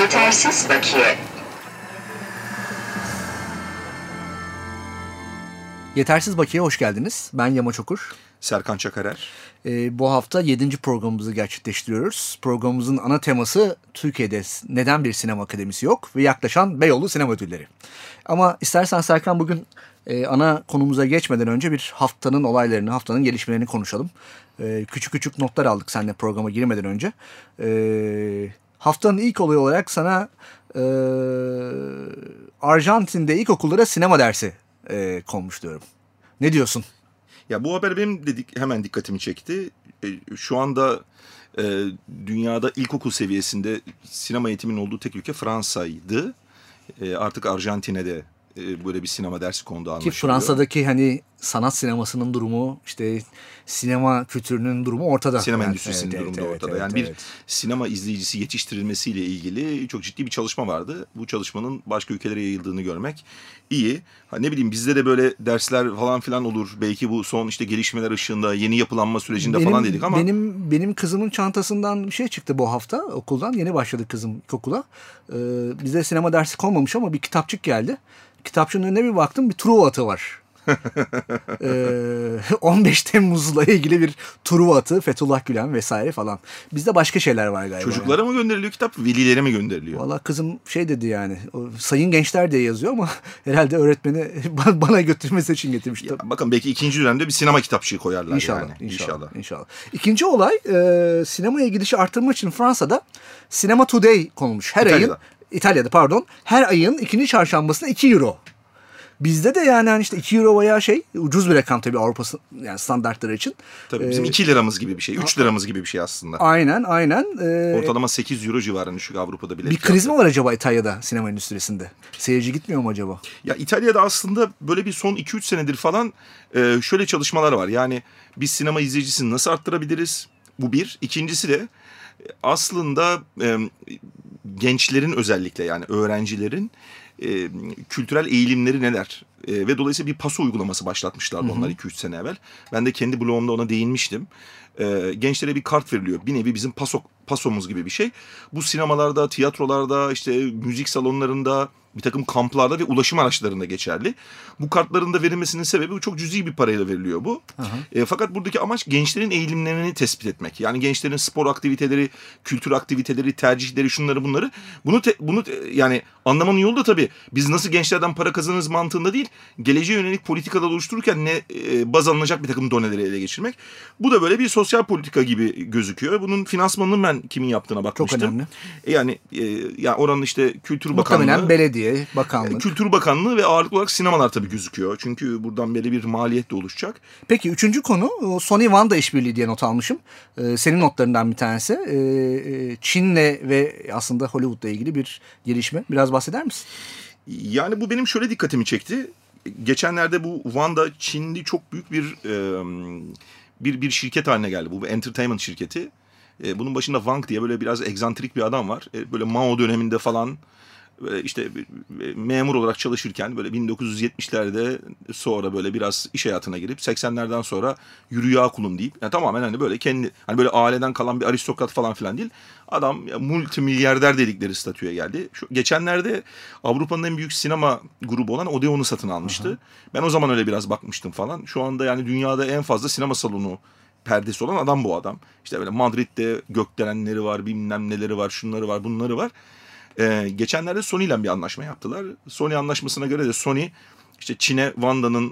Yetersiz bakiye. Yetersiz Bakiye hoş geldiniz. Ben Yamaç Okur. Serkan Çakarer. Bu hafta 7. programımızı gerçekleştiriyoruz. Programımızın ana teması Türkiye'de neden bir sinema akademisi yok ve yaklaşan Beyoğlu Sinema Ödülleri. Ama istersen Serkan bugün ana konumuza geçmeden önce bir haftanın olaylarını, haftanın gelişmelerini konuşalım. Küçük küçük notlar aldık seninle programa girmeden önce. Haftanın ilk olayı olarak sana Arjantin'de ilkokullara sinema dersi konmuş diyorum. Ne diyorsun? Ya bu haber benim hemen dikkatimi çekti. Şu anda dünyada ilkokul seviyesinde sinema eğitiminin olduğu tek ülke Fransa'ydı. Artık Arjantin'e de böyle bir sinema dersi kondu anlaşılıyor. Ki Fransa'daki hani sanat sinemasının durumu, işte sinema kültürünün durumu ortada. Sinema yani, endüstrisinin durumu da ortada. Yani bir sinema izleyicisi yetiştirilmesiyle ilgili çok ciddi bir çalışma vardı. Bu çalışmanın başka ülkelere yayıldığını görmek iyi. Ne bileyim bizde de böyle dersler falan filan olur. Belki bu son işte gelişmeler ışığında, yeni yapılanma sürecinde falan dedik ama. Benim kızımın çantasından bir şey çıktı bu hafta okuldan. Yeni başladı kızım ilkokula. Bize sinema dersi konmamış ama bir kitapçık geldi. Kitapçının önüne bir baktım, bir Truva atı var. 15 Temmuz'la ilgili bir Truva atı, Fethullah Gülen vesaire falan. Bizde başka şeyler var galiba. Çocuklara mı gönderiliyor kitap, velilere mi gönderiliyor? Valla kızım şey dedi yani, sayın gençler diye yazıyor ama herhalde öğretmeni bana götürmesi için getirmişti. Bakın belki ikinci dönemde bir sinema kitapçığı koyarlar İnşallah, yani. İnşallah. İkinci olay, sinemaya gidişi arttırmak için Fransa'da Cinema Today konulmuş. İtalya'da pardon. Her ayın ikinci çarşambasına 2 euro. Bizde de yani hani işte 2 euro veya ucuz bir rakam tabii Avrupa yani standartları için. Tabii bizim 2 liramız gibi bir şey, 3 liramız gibi bir şey aslında. Aynen. Ortalama 8 euro civarında şu Avrupa'da bile. Bir kriz mi var acaba İtalya'da sinema endüstrisinde? Seyirci gitmiyor mu acaba? Ya İtalya'da aslında böyle bir son 2-3 senedir falan şöyle çalışmalar var. Yani biz sinema izleyicisini nasıl arttırabiliriz? Bu bir. İkincisi de aslında gençlerin özellikle yani öğrencilerin kültürel eğilimleri neler? Ve dolayısıyla bir paso uygulaması başlatmışlardı onlar 2-3 sene evvel. Ben de kendi blogumda ona değinmiştim. Gençlere bir kart veriliyor. Bir nevi bizim pasomuz gibi bir şey. Bu sinemalarda, tiyatrolarda, işte müzik salonlarında, bir takım kamplarda ve ulaşım araçlarında geçerli. Bu kartların da verilmesinin sebebi çok cüzi bir parayla veriliyor bu. Fakat buradaki amaç gençlerin eğilimlerini tespit etmek. Yani gençlerin spor aktiviteleri, kültür aktiviteleri, tercihleri, şunları bunları. Bunu yani anlamanın yolu da tabii biz nasıl gençlerden para kazanırız mantığında değil. Geleceğe yönelik politikalar oluştururken baz alınacak bir takım doneleri ele geçirmek. Bu da böyle bir sosyal politika gibi gözüküyor. Bunun finansmanını ben kimin yaptığına bakmıştım. Çok önemli. Yani oranın işte Kültür Bakanlığı. Muhtemelen belediye, bakanlık. Kültür Bakanlığı ve ağırlıklı olarak sinemalar tabii gözüküyor. Çünkü buradan böyle bir maliyet de oluşacak. Peki üçüncü konu Sony Wanda işbirliği diye not almışım. Senin notlarından bir tanesi. Çin'le ve aslında Hollywood'la ilgili bir gelişme. Biraz bahseder misin? Yani bu benim şöyle dikkatimi çekti. Geçenlerde bu Wanda Çinli çok büyük bir şirket haline geldi. Bu bir entertainment şirketi. Bunun başında Wang diye böyle biraz egzantrik bir adam var. Böyle Mao döneminde falan işte memur olarak çalışırken böyle 1970'lerde sonra böyle biraz iş hayatına girip 80'lerden sonra yürü ya kulum deyip yani tamamen hani böyle kendi hani böyle aileden kalan bir aristokrat falan filan değil. Adam multimilyarder dedikleri statüye geldi. Geçenlerde Avrupa'nın en büyük sinema grubu olan Odeon'u satın almıştı. Aha. Ben o zaman öyle biraz bakmıştım falan. Şu anda yani dünyada en fazla sinema salonu perdesi olan adam bu adam. İşte böyle Madrid'de gökdelenleri var, bilmem neleri var, şunları var, bunları var. Geçenlerde Sony ile bir anlaşma yaptılar. Sony anlaşmasına göre de Sony işte Çin'e Wanda'nın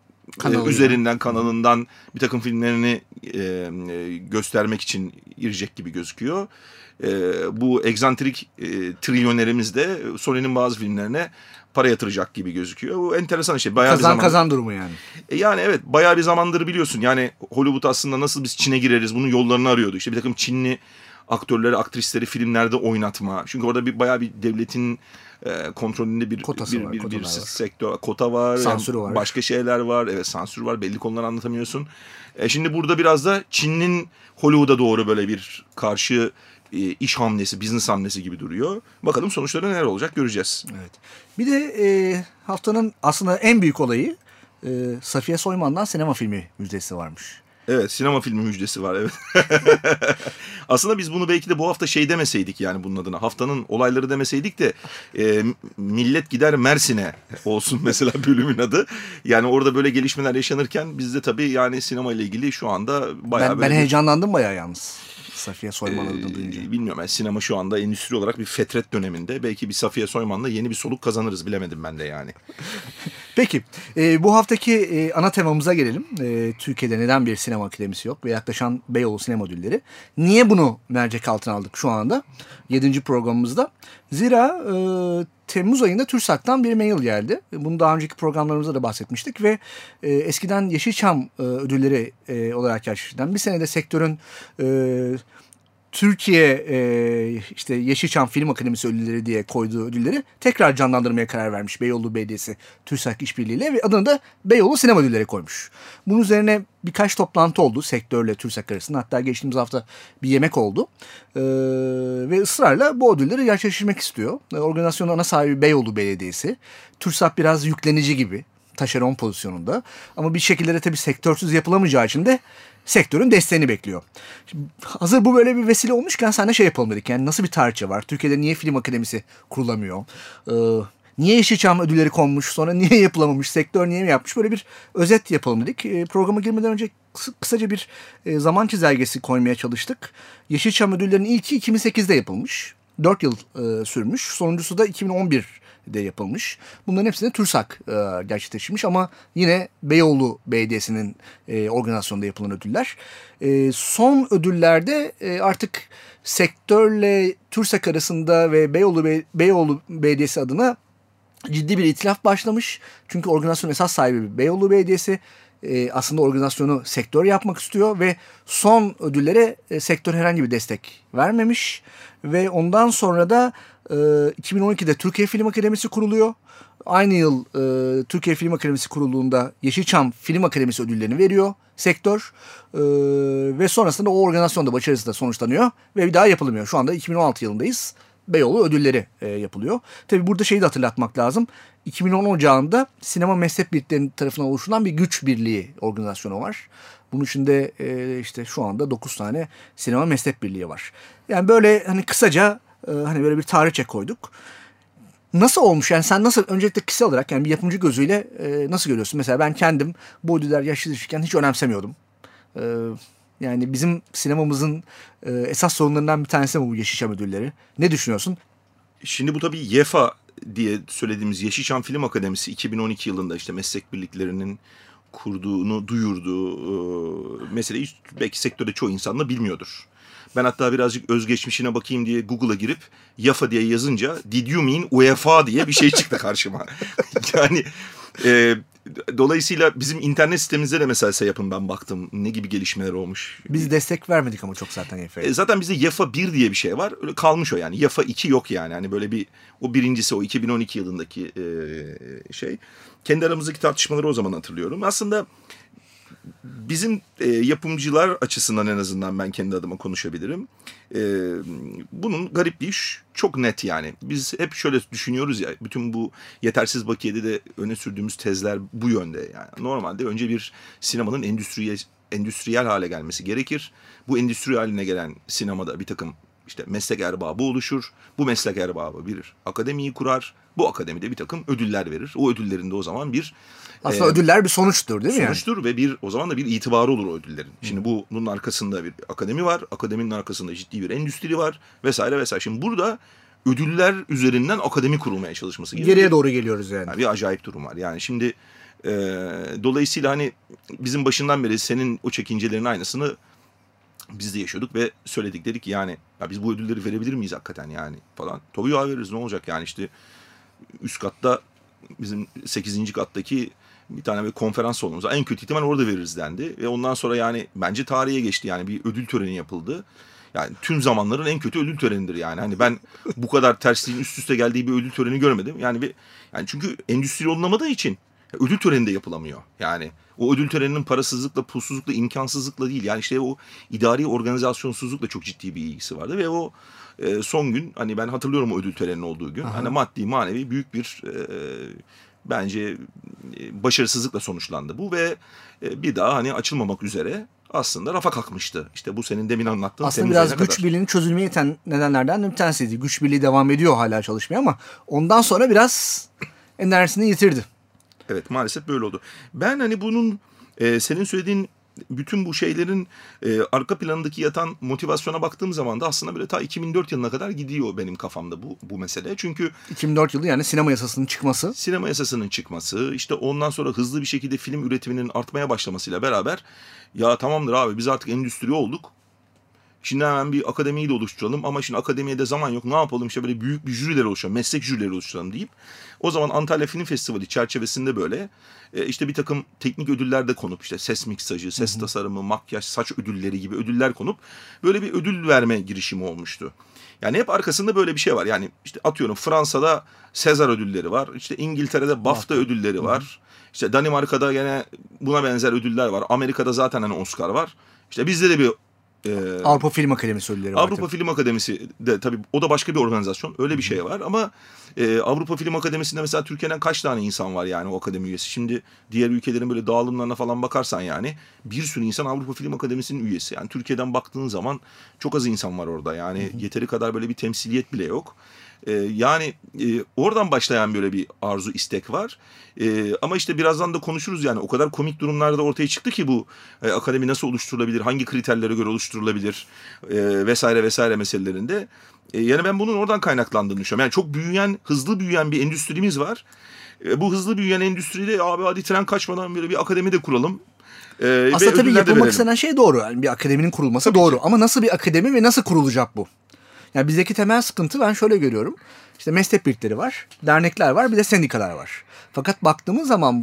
kanalından bir takım filmlerini göstermek için girecek gibi gözüküyor. Bu egzantrik trilyonerimiz de Sony'nin bazı filmlerine para yatıracak gibi gözüküyor. Bu enteresan işte. Kazan durumu yani. Yani evet bayağı bir zamandır biliyorsun. Yani Hollywood aslında nasıl biz Çin'e gireriz bunun yollarını arıyordu. İşte bir takım Çinli aktörleri, aktrisleri filmlerde oynatma. Çünkü orada bayağı bir devletin kontrolünde bir sektör, kota var. Sansür var. Başka şeyler var. Evet sansür var. Belli konuları anlatamıyorsun. Şimdi burada biraz da Çin'in Hollywood'a doğru böyle bir karşı iş hamlesi, business hamlesi gibi duruyor. Bakalım sonuçları neler olacak göreceğiz. Evet. Bir de haftanın aslında en büyük olayı Safiye Soyman'dan sinema filmi müjdesi varmış. Evet, sinema filmi müjdesi var, evet. Aslında biz bunu belki de bu hafta şey demeseydik, yani bunun adına haftanın olayları demeseydik de millet gider Mersin'e olsun mesela bölümün adı. Yani orada böyle gelişmeler yaşanırken biz de tabii yani sinema ile ilgili şu anda bayağı Ben heyecanlandım bayağı yalnız. Safiye Soyman adını duyunca. Bilmiyorum, yani sinema şu anda endüstri olarak bir fetret döneminde. Belki bir Safiye Soyman'la yeni bir soluk kazanırız, bilemedim ben de yani. Peki bu haftaki ana temamıza gelelim. Türkiye'de neden bir sinema akademisi yok ve yaklaşan Beyoğlu Sinema Ödülleri. Niye bunu mercek altına aldık şu anda 7. programımızda? Zira Temmuz ayında TÜRSAK'tan bir mail geldi. Bunu daha önceki programlarımızda da bahsetmiştik ve eskiden Yeşilçam ödülleri olarak gerçekten bir senede sektörün Türkiye işte Yeşilçam Film Akademisi ödülleri diye koyduğu ödülleri tekrar canlandırmaya karar vermiş Beyoğlu Belediyesi TÜRSAK işbirliğiyle ve adını da Beyoğlu Sinema Ödülleri koymuş. Bunun üzerine birkaç toplantı oldu sektörle TÜRSAK arasında. Hatta geçtiğimiz hafta bir yemek oldu. Ve ısrarla bu ödülleri gerçekleştirmek istiyor. Organizasyonun ana sahibi Beyoğlu Belediyesi. TÜRSAK biraz yüklenici gibi, taşeron pozisyonunda. Ama bir şekilde de tabii sektörsüz yapılamayacağı için de sektörün desteğini bekliyor. Şimdi hazır bu böyle bir vesile olmuşken sen de şey yapalım dedik. Yani nasıl bir tarihçe var? Türkiye'de niye film akademisi kurulamıyor? Niye Yeşilçam ödülleri konmuş? Sonra niye yapılamamış? Sektör niye mi yapmış? Böyle bir özet yapalım dedik. Programa girmeden önce kısaca bir zaman çizelgesi koymaya çalıştık. Yeşilçam ödüllerinin ilki 2008'de yapılmış. 4 yıl sürmüş. Sonuncusu da 2011'de yapılmış. Bunların hepsini TÜRSAK gerçekleştirmiş ama yine Beyoğlu Belediyesi'nin organizasyonunda yapılan ödüller. Son ödüllerde artık sektörle TÜRSAK arasında ve Beyoğlu Belediyesi adına ciddi bir itilaf başlamış. Çünkü organizasyonun esas sahibi Beyoğlu Belediyesi. Aslında organizasyonu sektör yapmak istiyor ve son ödüllere sektör herhangi bir destek vermemiş. Ve ondan sonra da 2012'de Türkiye Film Akademisi kuruluyor. Aynı yıl Türkiye Film Akademisi kurulduğunda Yeşilçam Film Akademisi ödüllerini veriyor sektör. Ve sonrasında o organizasyonda başarısız sonuçlanıyor ve bir daha yapılmıyor. Şu anda 2016 yılındayız. Beyoğlu ödülleri yapılıyor. Tabii burada şeyi de hatırlatmak lazım. 2010 Ocağı'nda sinema meslek birlikleri tarafından oluşturulan bir güç birliği organizasyonu var. Bunun içinde işte şu anda 9 tane sinema meslek birliği var. Yani böyle hani kısaca hani böyle bir tarihçe koyduk. Nasıl olmuş yani sen nasıl öncelikle kişisel olarak yani bir yapımcı gözüyle nasıl görüyorsun? Mesela ben kendim bu ödüller yaşlıyken hiç önemsemiyordum. Yani bizim sinemamızın esas sorunlarından bir tanesi mi bu Yeşilçam ödülleri? Ne düşünüyorsun? Şimdi bu tabii YEFA diye söylediğimiz Yeşilçam Film Akademisi 2012 yılında işte meslek birliklerinin kurduğunu duyurduğu meseleyi belki sektörde çoğu insan da bilmiyordur. Ben hatta birazcık özgeçmişine bakayım diye Google'a girip YAFA diye yazınca "Did you mean UEFA" diye bir şey çıktı karşıma. Yani dolayısıyla bizim internet sitemizde de mesela yapın, ben baktım ne gibi gelişmeler olmuş. Biz destek vermedik ama çok zaten YAFA'ya. Zaten bizde YAFA 1 diye bir şey var. Öyle kalmış o yani. YAFA 2 yok yani. Hani böyle bir o birincisi o 2012 yılındaki şey. Kendi aramızdaki tartışmaları o zaman hatırlıyorum. Aslında bizim yapımcılar açısından en azından ben kendi adıma konuşabilirim. Bunun garip bir iş çok net yani. Biz hep şöyle düşünüyoruz ya, bütün bu yetersiz bakiyede de öne sürdüğümüz tezler bu yönde. Yani normalde önce bir sinemanın endüstriyel hale gelmesi gerekir. Bu endüstri haline gelen sinemada bir takım işte meslek erbabı oluşur. Bu meslek erbabı bir akademiyi kurar. Bu akademide bir takım ödüller verir. O ödüllerinde o zaman bir aslında ödüller bir sonuçtur değil mi? Sonuçtur ve o zaman da bir itibarı olur o ödüllerin. Şimdi bunun arkasında bir akademi var. Akademinin arkasında ciddi bir endüstri var vesaire vesaire. Şimdi burada ödüller üzerinden akademi kurulmaya çalışması gerekiyor. Geriye doğru geliyoruz yani. Bir acayip durum var. Yani şimdi dolayısıyla hani bizim başından beri senin o çekincelerin aynısını biz de yaşıyorduk ve söyledik, dedik ki yani ya biz bu ödülleri verebilir miyiz hakikaten yani falan. Tabii ya veririz, ne olacak yani işte üst katta bizim 8. kattaki bir tane bir konferans salonumuz en kötü ihtimal orada veririz dendi. Ve ondan sonra yani bence tarihe geçti yani bir ödül töreni yapıldı. Yani tüm zamanların en kötü ödül törenidir yani. Hani ben bu kadar tersliğin üst üste geldiği bir ödül töreni görmedim. Yani çünkü endüstri olunamadığı için ödül töreni de yapılamıyor. Yani o ödül töreninin parasızlıkla, pulsuzlukla, imkansızlıkla değil. Yani işte o idari organizasyonsuzlukla çok ciddi bir ilgisi vardı ve o son gün hani ben hatırlıyorum o ödül töreninin olduğu gün. Aha. Hani maddi manevi büyük bir bence başarısızlıkla sonuçlandı bu ve bir daha hani açılmamak üzere aslında rafa kalkmıştı. İşte bu senin demin anlattığın aslında Temmuz biraz ayına güç kadar. birliğinin çözülmeye iten nedenlerden bir tanesiydi. Güç birliği devam ediyor hala çalışmaya ama ondan sonra biraz enerjisini yitirdi. Evet, maalesef böyle oldu. Ben hani bunun senin söylediğin bütün bu şeylerin arka planındaki yatan motivasyona baktığım zaman da aslında böyle ta 2004 yılına kadar gidiyor benim kafamda bu mesele. Çünkü 2004 yılı, yani sinema yasasının çıkması. sinema yasasının çıkması, işte ondan sonra hızlı bir şekilde film üretiminin artmaya başlamasıyla beraber ya tamamdır abi, biz artık endüstri olduk. Şimdi hemen bir akademiyi de oluşturalım ama şimdi akademiye de zaman yok. Ne yapalım, işte böyle büyük bir jüriler oluşturalım, meslek jürileri oluşturalım deyip o zaman Antalya Film Festivali çerçevesinde böyle işte bir takım teknik ödüller de konup, işte ses miksajı, ses tasarımı, makyaj, saç ödülleri gibi ödüller konup böyle bir ödül verme girişimi olmuştu. Yani hep arkasında böyle bir şey var. Yani işte atıyorum, Fransa'da Sezar ödülleri var. İşte İngiltere'de BAFTA ödülleri var. İşte Danimarka'da gene buna benzer ödüller var. Amerika'da zaten hani Oscar var. İşte bizde de bir Avrupa Film Akademisi ödülleri var. Avrupa Film Akademisi de tabii, o da başka bir organizasyon. Öyle bir şey var ama Avrupa Film Akademisi'nde mesela Türkiye'den kaç tane insan var yani o akademi üyesi? Şimdi diğer ülkelerin böyle dağılımlarına falan bakarsan yani bir sürü insan Avrupa Film Akademisi'nin üyesi. Yani Türkiye'den baktığın zaman çok az insan var orada. Yani yeteri kadar böyle bir temsiliyet bile yok. Yani oradan başlayan böyle bir arzu, istek var. Ama işte birazdan da konuşuruz yani, o kadar komik durumlarda ortaya çıktı ki bu akademi nasıl oluşturulabilir, hangi kriterlere göre oluşturulabilir vesaire vesaire meselelerinde. Yani ben bunun oradan kaynaklandığını düşünüyorum. Yani çok büyüyen, hızlı büyüyen bir endüstrimiz var. Bu hızlı büyüyen endüstride abi hadi tren kaçmadan böyle bir akademi de kuralım. Aslında tabii yapılmak verelim. istenen şey doğru. Yani bir akademinin kurulması tabii doğru. Ki. Ama nasıl bir akademi ve nasıl kurulacak bu? Yani bizdeki temel sıkıntı ben şöyle görüyorum. İşte meslek birlikleri var, dernekler var, bir de sendikalar var. Fakat baktığımız zaman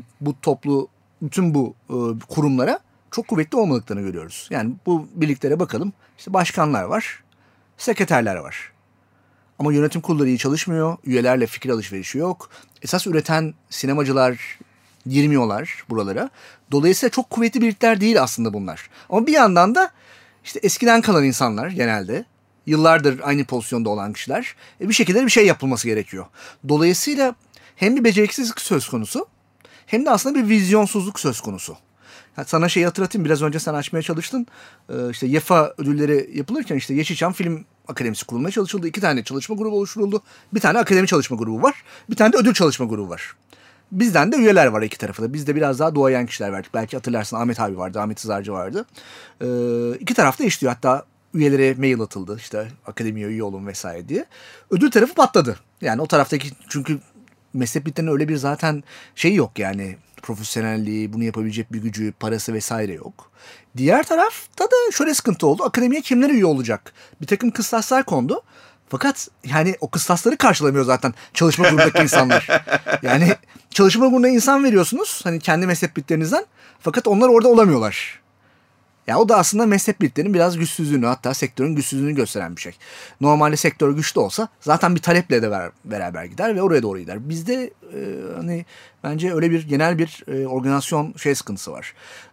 bütün bu kurumlara çok kuvvetli olmadıklarını görüyoruz. Yani bu birliklere bakalım. İşte başkanlar var, sekreterler var. Ama yönetim kurulları iyi çalışmıyor, üyelerle fikir alışverişi yok. Esas üreten sinemacılar girmiyorlar buralara. Dolayısıyla çok kuvvetli birlikler değil aslında bunlar. Ama bir yandan da işte eskiden kalan insanlar genelde, yıllardır aynı pozisyonda olan kişiler, bir şekilde bir şey yapılması gerekiyor. Dolayısıyla hem bir beceriksizlik söz konusu hem de aslında bir vizyonsuzluk söz konusu. Sana şeyi hatırlatayım, biraz önce sen açmaya çalıştın. İşte YEFA ödülleri yapılırken işte Yeşilçam Film Akademisi kurulmaya çalışıldı. 2 tane çalışma grubu oluşturuldu. Bir tane akademi çalışma grubu var. Bir tane de ödül çalışma grubu var. Bizden de üyeler var iki tarafı da. Biz de biraz daha duayen kişiler verdik. Belki hatırlarsın, Ahmet abi vardı, Ahmet Hızarcı vardı. 2 tarafta işliyor. Hatta üyelere mail atıldı, işte akademiye üye olun vesaire diye. Ödül tarafı patladı. Yani o taraftaki, çünkü meslek birliklerinin öyle bir zaten şey yok yani, profesyonelliği, bunu yapabilecek bir gücü, parası vesaire yok. Diğer tarafta da şöyle sıkıntı oldu. Akademiye kimler üye olacak? Bir takım kıstaslar kondu. Fakat yani o kıstasları karşılamıyor zaten çalışma grubundaki insanlar. Yani çalışma grubuna insan veriyorsunuz hani kendi meslek birliklerinizden, fakat onlar orada olamıyorlar. Ya o da aslında meslek birliklerinin biraz güçsüzlüğünü, hatta sektörün güçsüzlüğünü gösteren bir şey. Normalde sektör güçlü olsa zaten bir taleple de beraber gider ve oraya doğru gider. Bizde hani bence öyle bir genel bir organizasyon sıkıntısı var.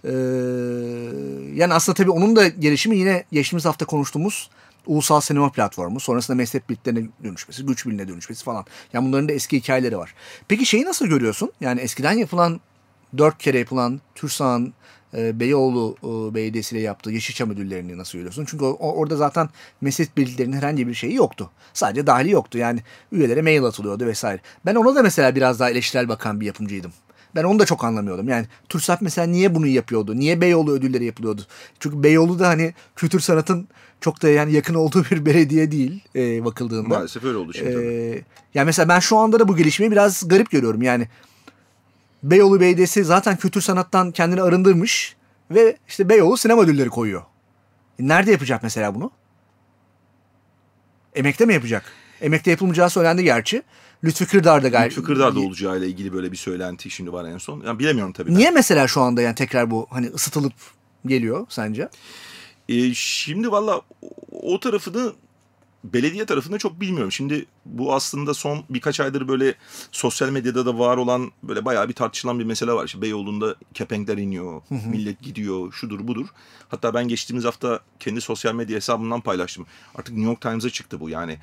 Yani aslında tabii onun da gelişimi yine geçtiğimiz hafta konuştuğumuz Ulusal Sinema Platformu, sonrasında meslek birliklerine dönüşmesi, güç birliğine dönüşmesi falan. Yani bunların da eski hikayeleri var. Peki şeyi nasıl görüyorsun? Yani eskiden yapılan, 4 kere yapılan TÜRSA'nın Beyoğlu Belediyesi ile yaptığı Yeşilçam ödüllerini nasıl görüyorsun? Çünkü orada zaten meslek birliklerinin herhangi bir şeyi yoktu. Sadece dahili yoktu. Yani üyelere mail atılıyordu vesaire. Ben ona da mesela biraz daha eleştirel bakan bir yapımcıydım. Ben onu da çok anlamıyordum. Yani TÜRSAP mesela niye bunu yapıyordu? Niye Beyoğlu ödülleri yapılıyordu? Çünkü Beyoğlu da hani kültür sanatın çok da yani yakın olduğu bir belediye değil bakıldığında. Maalesef öyle oldu şimdi tabii. Yani mesela ben şu anda da bu gelişmeyi biraz garip görüyorum. Yani Beyoğlu Belediyesi zaten kültür sanattan kendini arındırmış ve işte Beyoğlu sinema ödülleri koyuyor. Nerede yapacak mesela bunu? Emek'te mi yapacak? Emek'te yapılmayacağı söylendi gerçi. Lütfü Kırdar'da galiba. Lütfü Kırdar'da olacağıyla ilgili böyle bir söylenti şimdi var en son. Yani bilemiyorum tabii. Niye mesela şu anda yani tekrar bu hani ısıtılıp geliyor sence? Şimdi valla o tarafını belediye tarafında çok bilmiyorum. Şimdi bu aslında son birkaç aydır böyle sosyal medyada da var olan böyle bayağı bir tartışılan bir mesele var. İşte Beyoğlu'nda kepenkler iniyor, millet gidiyor, şudur budur. Hatta ben geçtiğimiz hafta kendi sosyal medya hesabımdan paylaştım. Artık New York Times'a çıktı bu yani.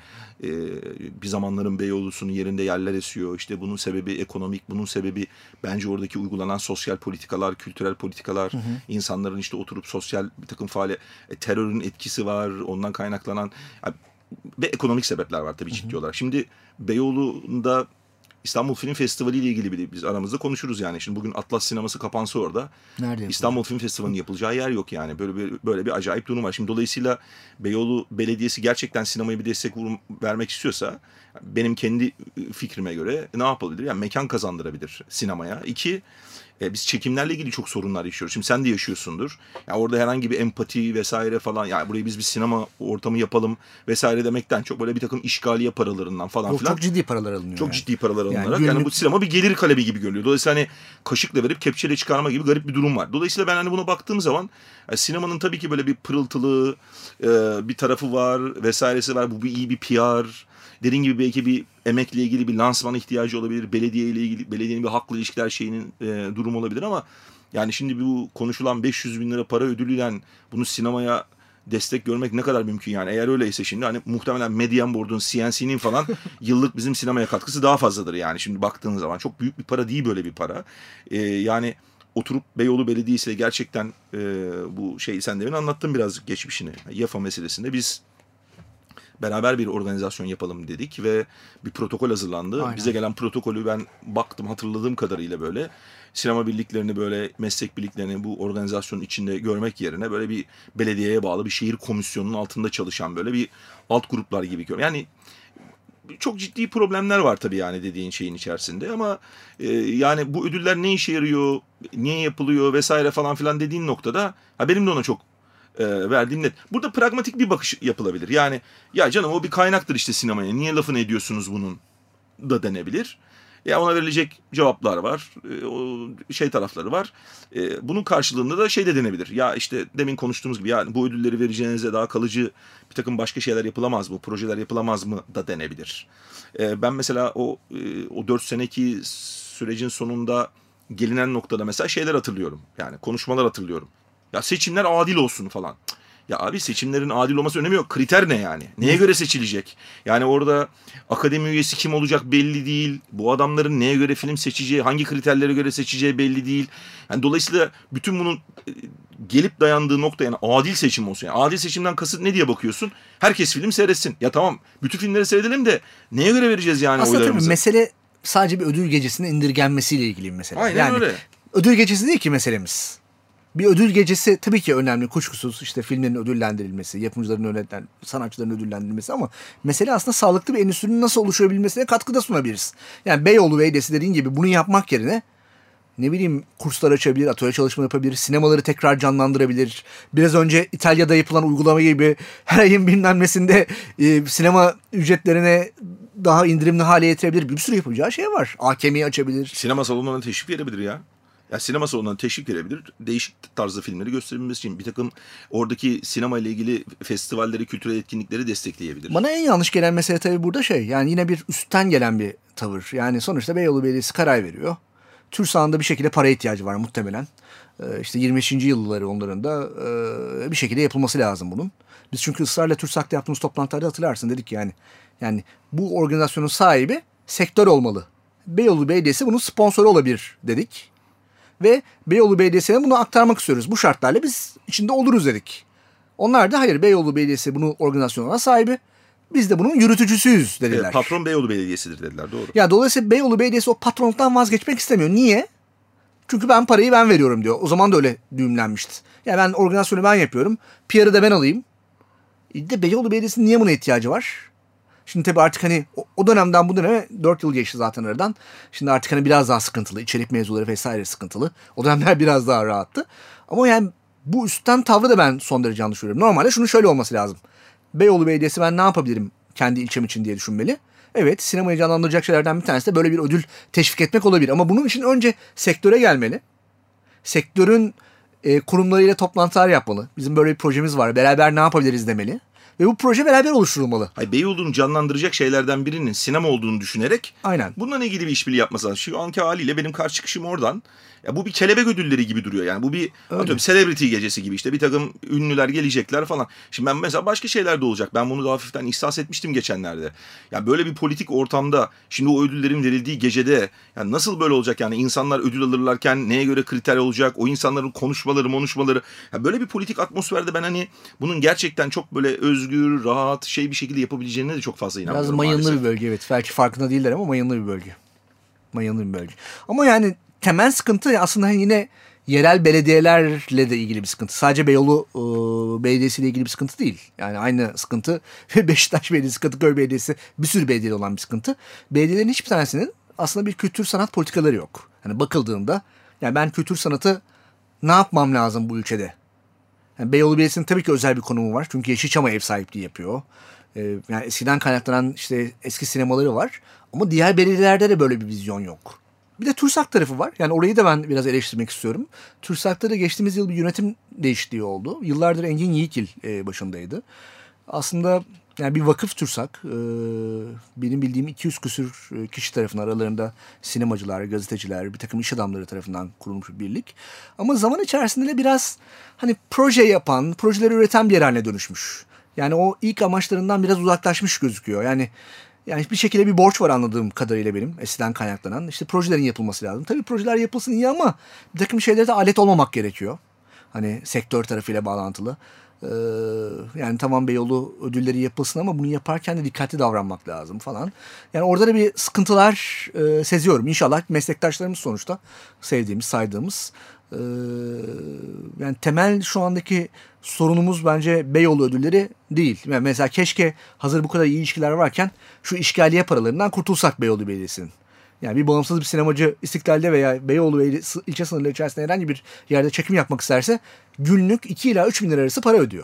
Bir zamanların Beyoğlu'sunun yerinde yerler esiyor. İşte bunun sebebi ekonomik, bunun sebebi bence oradaki uygulanan sosyal politikalar, kültürel politikalar, insanların işte oturup sosyal bir takım terörün etkisi var, ondan kaynaklanan ve ekonomik sebepler var tabii ciddi olarak. Şimdi Beyoğlu'nda İstanbul Film Festivali ile ilgili biz aramızda konuşuruz yani. Şimdi bugün Atlas Sineması kapansa orada. Nerede İstanbul Film Festivali'nin yapılacağı yer yok yani. Böyle bir acayip durum var. Şimdi dolayısıyla Beyoğlu Belediyesi gerçekten sinemaya bir destek vermek istiyorsa benim kendi fikrime göre ne yapabilir? Yani mekan kazandırabilir sinemaya. İki, biz çekimlerle ilgili çok sorunlar yaşıyoruz. Şimdi sen de yaşıyorsundur. Yani orada herhangi bir empati vesaire falan, yani burayı biz bir sinema ortamı yapalım vesaire demekten çok böyle bir takım işgaliye paralarından falan filan. Çok ciddi paralar alınıyor. Çok ciddi paralar alınarak. Günlük... Yani bu sinema bir gelir kalemi gibi görülüyor. Dolayısıyla hani kaşıkla verip kepçeyle çıkarma gibi garip bir durum var. Dolayısıyla ben hani buna baktığım zaman sinemanın tabii ki böyle bir pırıltılı bir tarafı var vesairesi var. Bu iyi bir PR. Dediğim gibi belki bir emekle ilgili bir lansman ihtiyacı olabilir. Belediye ile ilgili, belediyenin bir haklı ilişkiler şeyinin durumu olabilir ama yani şimdi bu konuşulan 500 bin lira para ödülüyle bunu sinemaya destek görmek ne kadar mümkün yani. Eğer öyleyse şimdi hani muhtemelen Median Board'un, CNC'nin falan yıllık bizim sinemaya katkısı daha fazladır yani. Şimdi baktığın zaman çok büyük bir para değil böyle bir para. Yani oturup Beyoğlu Belediyesi ile gerçekten bu sen demin anlattın biraz geçmişini. YAFA meselesinde biz beraber bir organizasyon yapalım dedik ve bir protokol hazırlandı. Aynen. Bize gelen protokolü ben baktım, hatırladığım kadarıyla böyle sinema birliklerini, böyle meslek birliklerini bu organizasyonun içinde görmek yerine böyle bir belediyeye bağlı bir şehir komisyonunun altında çalışan böyle bir alt gruplar gibi görüyorum. Yani çok ciddi problemler var tabii yani dediğin şeyin içerisinde ama yani bu ödüller ne işe yarıyor, niye yapılıyor vesaire falan filan dediğin noktada benim de ona çok verdiğim net. Burada pragmatik bir bakış yapılabilir. Yani ya canım o bir kaynaktır işte sinemaya. Niye lafını ediyorsunuz bunun da denebilir. Ya ona verilecek cevaplar var. O tarafları var. Bunun karşılığında da de denebilir. Ya işte demin konuştuğumuz gibi ya bu ödülleri vereceğinize daha kalıcı bir takım başka şeyler yapılamaz mı? Projeler yapılamaz mı da denebilir. Ben mesela o 4 seneki sürecin sonunda gelinen noktada mesela şeyler hatırlıyorum. Yani konuşmalar hatırlıyorum. Ya seçimler adil olsun falan. Ya abi seçimlerin adil olması önemi yok. Kriter ne yani? Neye göre seçilecek? Yani orada akademi üyesi kim olacak belli değil. Bu adamların neye göre film seçeceği, hangi kriterlere göre seçeceği belli değil. Yani dolayısıyla bütün bunun gelip dayandığı nokta yani adil seçim olsun. Yani adil seçimden kasıt ne diye bakıyorsun? Herkes film seyretsin. Ya tamam bütün filmleri seyredelim de neye göre vereceğiz yani aslında oylarımızı? Aslında tabii mesele sadece bir ödül gecesine indirgenmesiyle ilgili bir mesele. Aynen yani, öyle. Ödül gecesi değil ki meselemiz. Bir ödül gecesi tabii ki önemli, kuşkusuz işte filmlerin ödüllendirilmesi, yapımcıların sanatçıların ödüllendirilmesi ama mesele aslında sağlıklı bir endüstrinin nasıl oluşabilmesine katkıda sunabiliriz. Yani Beyoğlu Belediyesi dediğin gibi bunu yapmak yerine ne bileyim kurslar açabilir, atölye çalışma yapabilir, sinemaları tekrar canlandırabilir. Biraz önce İtalya'da yapılan uygulama gibi her ayın bilmem nesinde sinema ücretlerine daha indirimli hale getirebilir. Bir sürü yapacağı şey var. AKM'yi açabilir. Sinema salonlarına teşvik verebilir ya. Ya sinema salonlarına teşvik verebilir. Değişik tarzda filmleri gösterebilmesi için bir takım oradaki sinema ile ilgili festivalleri, kültürel etkinlikleri destekleyebilir. Bana en yanlış gelen mesele tabii burada yani yine bir üstten gelen bir tavır. Yani sonuçta Beyoğlu Belediyesi karar veriyor. TÜRSAH'ın da bir şekilde para ihtiyacı var muhtemelen. İşte 25. yılları onların da bir şekilde yapılması lazım bunun. Biz çünkü ısrarla TÜRSAH'ta yaptığımız toplantılarda hatırlarsın dedik yani bu organizasyonun sahibi sektör olmalı. Beyoğlu Belediyesi bunun sponsoru olabilir dedik. Ve Beyoğlu Belediyesi'ne bunu aktarmak istiyoruz. Bu şartlarla biz içinde oluruz dedik. Onlar da hayır Beyoğlu Belediyesi bunun organizasyonuna sahibi. Biz de bunun yürütücüsüyüz dediler. Patron Beyoğlu Belediyesi'dir dediler doğru. Ya dolayısıyla Beyoğlu Belediyesi o patronluktan vazgeçmek istemiyor. Niye? Çünkü parayı ben veriyorum diyor. O zaman da öyle düğümlenmişti. Yani ben organizasyonu ben yapıyorum. PR'ı da ben alayım. De Beyoğlu Belediyesi'nin niye buna ihtiyacı var? Şimdi tabii artık o dönemden bu döneme 4 yıl geçti zaten aradan. Şimdi artık biraz daha sıkıntılı. İçerik mevzuları vesaire sıkıntılı. O dönemler biraz daha rahattı. Ama yani bu üstten tavrı da ben son derece yanlış görüyorum. Normalde şunun şöyle olması lazım. Beyoğlu Belediyesi ben ne yapabilirim kendi ilçem için diye düşünmeli. Evet sinemayı canlandıracak şeylerden bir tanesi de böyle bir ödül teşvik etmek olabilir. Ama bunun için önce sektöre gelmeli. Sektörün kurumlarıyla toplantılar yapmalı. Bizim böyle bir projemiz var. Beraber ne yapabiliriz demeli. Ve bu proje beraber oluşturulmalı. Hayır, Beyoğlu'nu canlandıracak şeylerden birinin sinema olduğunu düşünerek Aynen. bununla ilgili bir işbirliği yapması lazım. Şu anki haliyle benim karşı çıkışım oradan. Ya bu bir kelebek ödülleri gibi duruyor. Yani bu bir atıyorum celebrity gecesi gibi, işte bir takım ünlüler gelecekler falan. Şimdi ben mesela başka şeyler de olacak. Ben bunu da hafiften ihsas etmiştim geçenlerde. Yani böyle bir politik ortamda şimdi o ödüllerin verildiği gecede yani nasıl böyle olacak, yani insanlar ödül alırlarken neye göre kriter olacak? O insanların konuşmaları. Yani böyle bir politik atmosferde ben hani bunun gerçekten çok böyle özgür, rahat bir şekilde yapabileceğine de çok fazla inanmıyorum. Biraz mayınlı maalesef. bir bölge, evet. Belki farkında değiller ama mayınlı bir bölge. Ama yani temel sıkıntı aslında yine yerel belediyelerle de ilgili bir sıkıntı. Sadece Beyoğlu Belediyesi ile ilgili bir sıkıntı değil. Yani aynı sıkıntı Beşiktaş Belediyesi, Kadıköy Belediyesi, bir sürü belediyede olan bir sıkıntı. Belediyelerin hiçbir tanesinin aslında bir kültür sanat politikaları yok. Hani bakıldığında yani ben kültür sanatı ne yapmam lazım bu ülkede? Yani Beyoğlu Belediyesi'nin tabii ki özel bir konumu var. Çünkü Yeşilçam'a ev sahipliği yapıyor. Yani eskiden kaynaklanan işte eski sinemaları var. Ama diğer belediyelerde de böyle bir vizyon yok. Bir de TÜRSAK tarafı var. Yani orayı da ben biraz eleştirmek istiyorum. TÜRSAK'ta da geçtiğimiz yıl bir yönetim değişikliği oldu. Yıllardır Engin Yiğitgil başındaydı. Aslında yani bir vakıf TÜRSAK. Benim bildiğim 200 küsür kişi tarafından, aralarında sinemacılar, gazeteciler, bir takım iş adamları tarafından kurulmuş bir birlik. Ama zaman içerisinde de biraz hani proje yapan, projeleri üreten bir yer haline dönüşmüş. Yani o ilk amaçlarından biraz uzaklaşmış gözüküyor. Yani bir şekilde bir borç var anladığım kadarıyla benim eskiden kaynaklanan. İşte projelerin yapılması lazım. Tabii projeler yapılsın iyi ama bir takım şeylere de alet olmamak gerekiyor. Hani sektör tarafıyla bağlantılı. Yani tamam Beyoğlu ödülleri yapılsın ama bunu yaparken de dikkatli davranmak lazım falan. Yani orada da bir sıkıntılar seziyorum. İnşallah meslektaşlarımız sonuçta sevdiğimiz, saydığımız. Yani temel şu andaki sorunumuz bence Beyoğlu ödülleri değil. Yani mesela keşke hazır bu kadar iyi ilişkiler varken şu işgaliye paralarından kurtulsak Beyoğlu Belediyesi'nin. Yani bir bağımsız bir sinemacı İstiklal'de veya Beyoğlu ilçe sınırları içerisinde herhangi bir yerde çekim yapmak isterse günlük 2 ila 3 bin lira arası para ödüyor.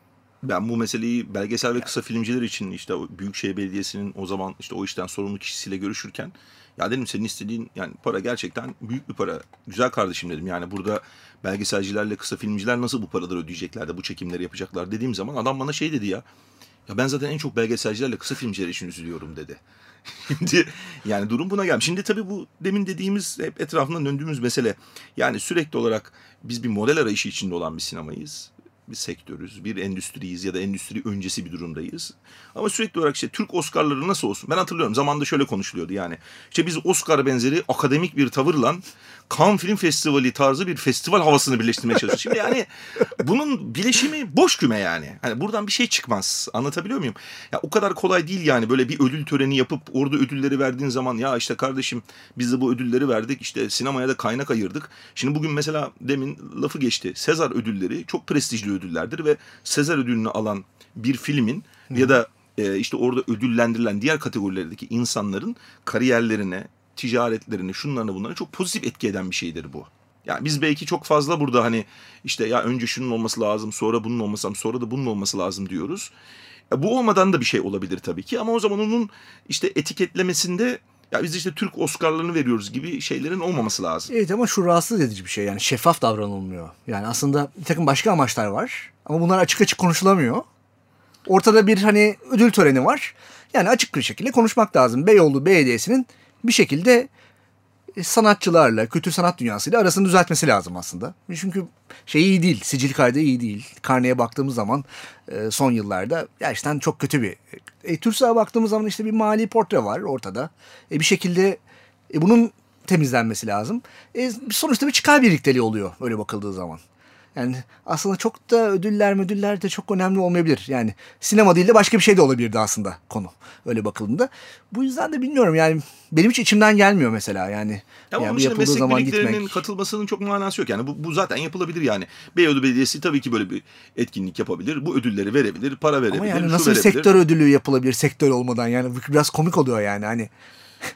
Ben bu meseleyi belgesel ve kısa filmciler için işte Büyükşehir Belediyesi'nin o zaman işte o işten sorumlu kişisiyle görüşürken ya dedim senin istediğin yani para gerçekten büyük bir para. Güzel kardeşim dedim, yani burada belgeselcilerle kısa filmciler nasıl bu paraları ödeyecekler de bu çekimleri yapacaklar dediğim zaman adam bana şey dedi ya ben zaten en çok belgeselcilerle kısa filmciler için üzülüyorum dedi. Şimdi yani durum buna gelmiş. Şimdi tabii bu demin dediğimiz hep etrafından döndüğümüz mesele. Yani sürekli olarak biz bir model arayışı içinde olan bir sinemayız. Bir sektörüz, bir endüstriyiz ya da endüstri öncesi bir durumdayız. Ama sürekli olarak işte Türk Oscar'ları nasıl olsun? Ben hatırlıyorum zamanında şöyle konuşuluyordu yani. İşte biz Oscar benzeri akademik bir tavırla Cannes Film Festivali tarzı bir festival havasını birleştirmeye çalışıyoruz. Şimdi yani bunun bileşimi boş küme yani. Hani buradan bir şey çıkmaz. Anlatabiliyor muyum? Ya o kadar kolay değil yani, böyle bir ödül töreni yapıp orada ödülleri verdiğin zaman ya işte kardeşim biz de bu ödülleri verdik, işte sinemaya da kaynak ayırdık. Şimdi bugün mesela demin lafı geçti. Sezar ödülleri çok prestijli ödüllerdir ve Sezar ödülünü alan bir filmin ya da işte orada ödüllendirilen diğer kategorilerdeki insanların kariyerlerine, ticaretlerine, şunlarına bunlara çok pozitif etki eden bir şeydir bu. Yani biz belki çok fazla burada hani işte ya önce şunun olması lazım, sonra bunun olması lazım, sonra da bunun olması lazım diyoruz. Bu olmadan da bir şey olabilir tabii ki ama o zaman onun işte etiketlemesinde ya biz işte Türk Oscar'larını veriyoruz gibi şeylerin olmaması lazım. Evet ama şu rahatsız edici bir şey, yani şeffaf davranılmıyor. Yani aslında bir takım başka amaçlar var ama bunlar açık açık konuşulamıyor. Ortada bir hani ödül töreni var. Yani açık bir şekilde konuşmak lazım. Beyoğlu Belediyesi'nin bir şekilde sanatçılarla, kültür sanat dünyasıyla arasını düzeltmesi lazım aslında. Çünkü şey iyi değil, sicil kaydı iyi değil. Karneye baktığımız zaman son yıllarda gerçekten çok kötü bir. TÜRSA'ya baktığımız zaman işte bir mali portre var ortada. Bir şekilde bunun temizlenmesi lazım. Sonuçta bir çıkar birlikteliği oluyor öyle bakıldığı zaman. Yani aslında çok da ödüller de çok önemli olmayabilir. Yani sinema değil de başka bir şey de olabilirdi aslında konu öyle bakıldığında. Bu yüzden de bilmiyorum yani benim hiç içimden gelmiyor mesela yani. Ama Yani onun için yapıldığı meslek zaman birliklerinin gitmek. katılmasının çok manası yok. Yani bu zaten yapılabilir yani. Beyoğlu Belediyesi tabii ki böyle bir etkinlik yapabilir. Bu ödülleri verebilir, para verebilir, Ama yani şu nasıl bir verebilir. sektör ödülü yapılabilir sektör olmadan, yani biraz komik oluyor yani hani.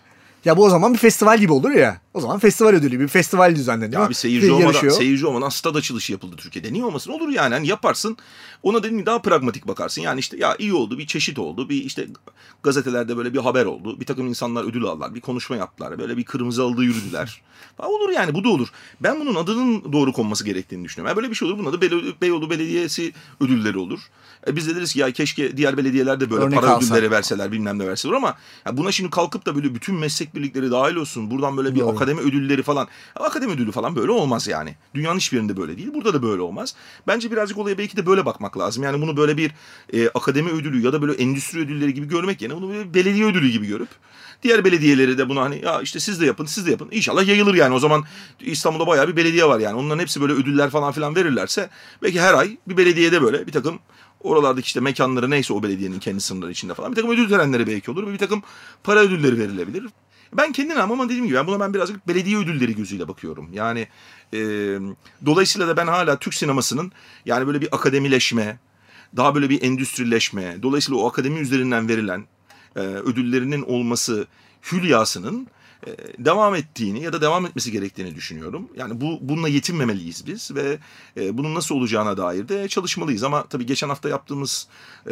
Ya bu o zaman bir festival gibi olur ya. O zaman festival ödülü, bir festival düzenleniyor. Ya bir seyirci olmadan stad açılışı yapıldı Türkiye'de. Niye olmasın? Olur yani. Hani yaparsın. Ona dediğim gibi daha pragmatik bakarsın. Yani işte ya iyi oldu, bir çeşit oldu. Bir işte gazetelerde böyle bir haber oldu. Bir takım insanlar ödül aldılar. Bir konuşma yaptılar. Böyle bir kırmızı halıda yürüdüler. Olur yani, bu da olur. Ben bunun adının doğru konması gerektiğini düşünüyorum. Yani böyle bir şey olur. Bunun adı Beyoğlu Belediyesi ödülleri olur. Biz de deriz ki ya keşke diğer belediyeler de böyle örnek para alsak, ödülleri verseler, bilmem ne verseler, ama ya buna şimdi kalkıp da böyle bütün meslek birlikleri dahil olsun, buradan böyle bir doğru, akademi ödülleri falan. Akademi ödülü falan böyle olmaz yani. Dünyanın hiçbir yerinde böyle değil. Burada da böyle olmaz. Bence birazcık olaya belki de böyle bakmak lazım. Yani bunu böyle bir akademi ödülü ya da böyle endüstri ödülleri gibi görmek yerine bunu bir belediye ödülü gibi görüp diğer belediyeleri de bunu hani ya işte siz de yapın, siz de yapın. İnşallah yayılır yani. O zaman İstanbul'da bayağı bir belediye var yani. Onların hepsi böyle ödüller falan filan verirlerse belki her ay bir belediyede böyle bir takım oralardaki işte mekanları neyse o belediyenin kendi sınırları içinde falan bir takım ödül törenleri belki olur ve bir takım para ödülleri verilebilir. Ben kendine ama dediğim gibi buna ben birazcık belediye ödülleri gözüyle bakıyorum. Yani dolayısıyla da ben hala Türk sinemasının yani böyle bir akademileşme, daha böyle bir endüstrileşme, dolayısıyla o akademi üzerinden verilen ödüllerinin olması hülyasının devam ettiğini ya da devam etmesi gerektiğini düşünüyorum. Yani bununla yetinmemeliyiz biz ve bunun nasıl olacağına dair de çalışmalıyız. Ama tabii geçen hafta yaptığımız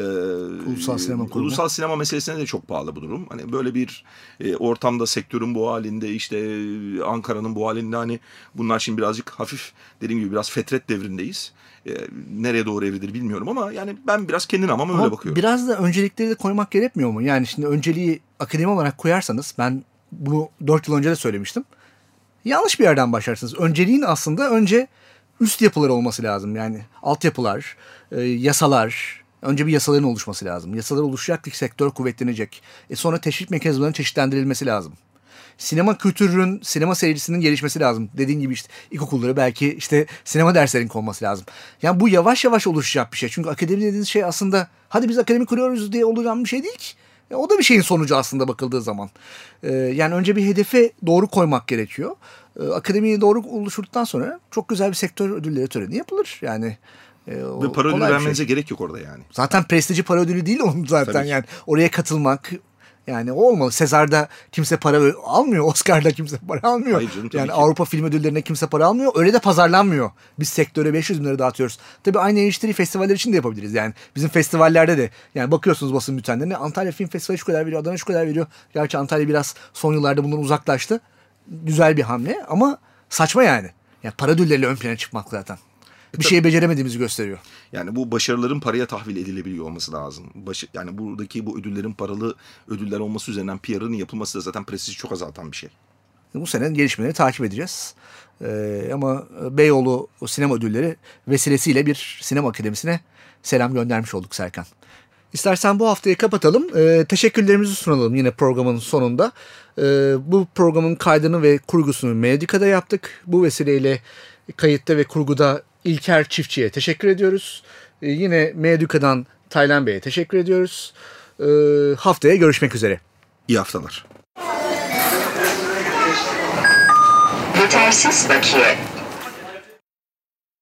ulusal sinema meselesine de çok bağlı bu durum. Hani böyle bir ortamda sektörün bu halinde, işte Ankara'nın bu halinde, hani bunlar şimdi birazcık hafif, dediğim gibi biraz fetret devrindeyiz. Nereye doğru evrilir bilmiyorum ama yani ben biraz kendine ama öyle bakıyorum. Biraz da öncelikleri de koymak gerekmiyor mu? Yani şimdi önceliği akademi olarak koyarsanız, ben bunu 4 yıl önce de söylemiştim. Yanlış bir yerden başlarsınız. Önceliğin aslında önce üst yapılar olması lazım. Yani altyapılar, yasalar. Önce bir yasaların oluşması lazım. Yasalar oluşacak ki sektör kuvvetlenecek. Sonra teşvik mekanizmalarının çeşitlendirilmesi lazım. Sinema kültürünün, sinema seyircisinin gelişmesi lazım. Dediğin gibi işte ilkokulları belki işte sinema derslerinin konması lazım. Yani bu yavaş yavaş oluşacak bir şey. Çünkü akademi dediğiniz şey aslında hadi biz akademi kuruyoruz diye olacak bir şey değil ki. O da bir şeyin sonucu aslında bakıldığı zaman. Yani önce bir hedefe doğru koymak gerekiyor. Akademiyi doğru oluşturduktan sonra çok güzel bir sektör ödülleri töreni yapılır. Yani ve para ödülü vermenize gerek yok orada yani. Zaten prestiji para ödülü değil onun zaten. Tabii. Yani oraya katılmak, yani o olmalı. Sezar'da kimse para almıyor. Oscar'da kimse para almıyor. Hayır canım, yani ki. Avrupa Film Ödülleri'ne kimse para almıyor. Öyle de pazarlanmıyor. Biz sektöre 500 bin lira dağıtıyoruz. Tabii aynı eleştiri festivaller için de yapabiliriz. Yani bizim festivallerde de yani bakıyorsunuz basın bültenlerine, Antalya Film Festivali şu kadar veriyor, Adana şu kadar veriyor. Gerçi Antalya biraz son yıllarda bundan uzaklaştı. Güzel bir hamle ama saçma yani. Yani para ödülleriyle ön plana çıkmak zaten. Bir şeyi beceremediğimizi gösteriyor. Yani bu başarıların paraya tahvil edilebiliyor olması lazım. Yani buradaki bu ödüllerin paralı ödüller olması üzerinden PR'ın yapılması da zaten prestiji çok azaltan bir şey. Bu sene gelişmeleri takip edeceğiz. Ama Beyoğlu Sinema Ödülleri vesilesiyle bir sinema akademisine selam göndermiş olduk Serkan. İstersen bu haftayı kapatalım. Teşekkürlerimizi sunalım yine programın sonunda. Bu programın kaydını ve kurgusunu Melodika'da yaptık. Bu vesileyle kayıtta ve kurguda İlker Çiftçi'ye teşekkür ediyoruz. Yine Melodika'dan Taylan Bey'e teşekkür ediyoruz. Haftaya görüşmek üzere. İyi haftalar. Yetersiz bakiye.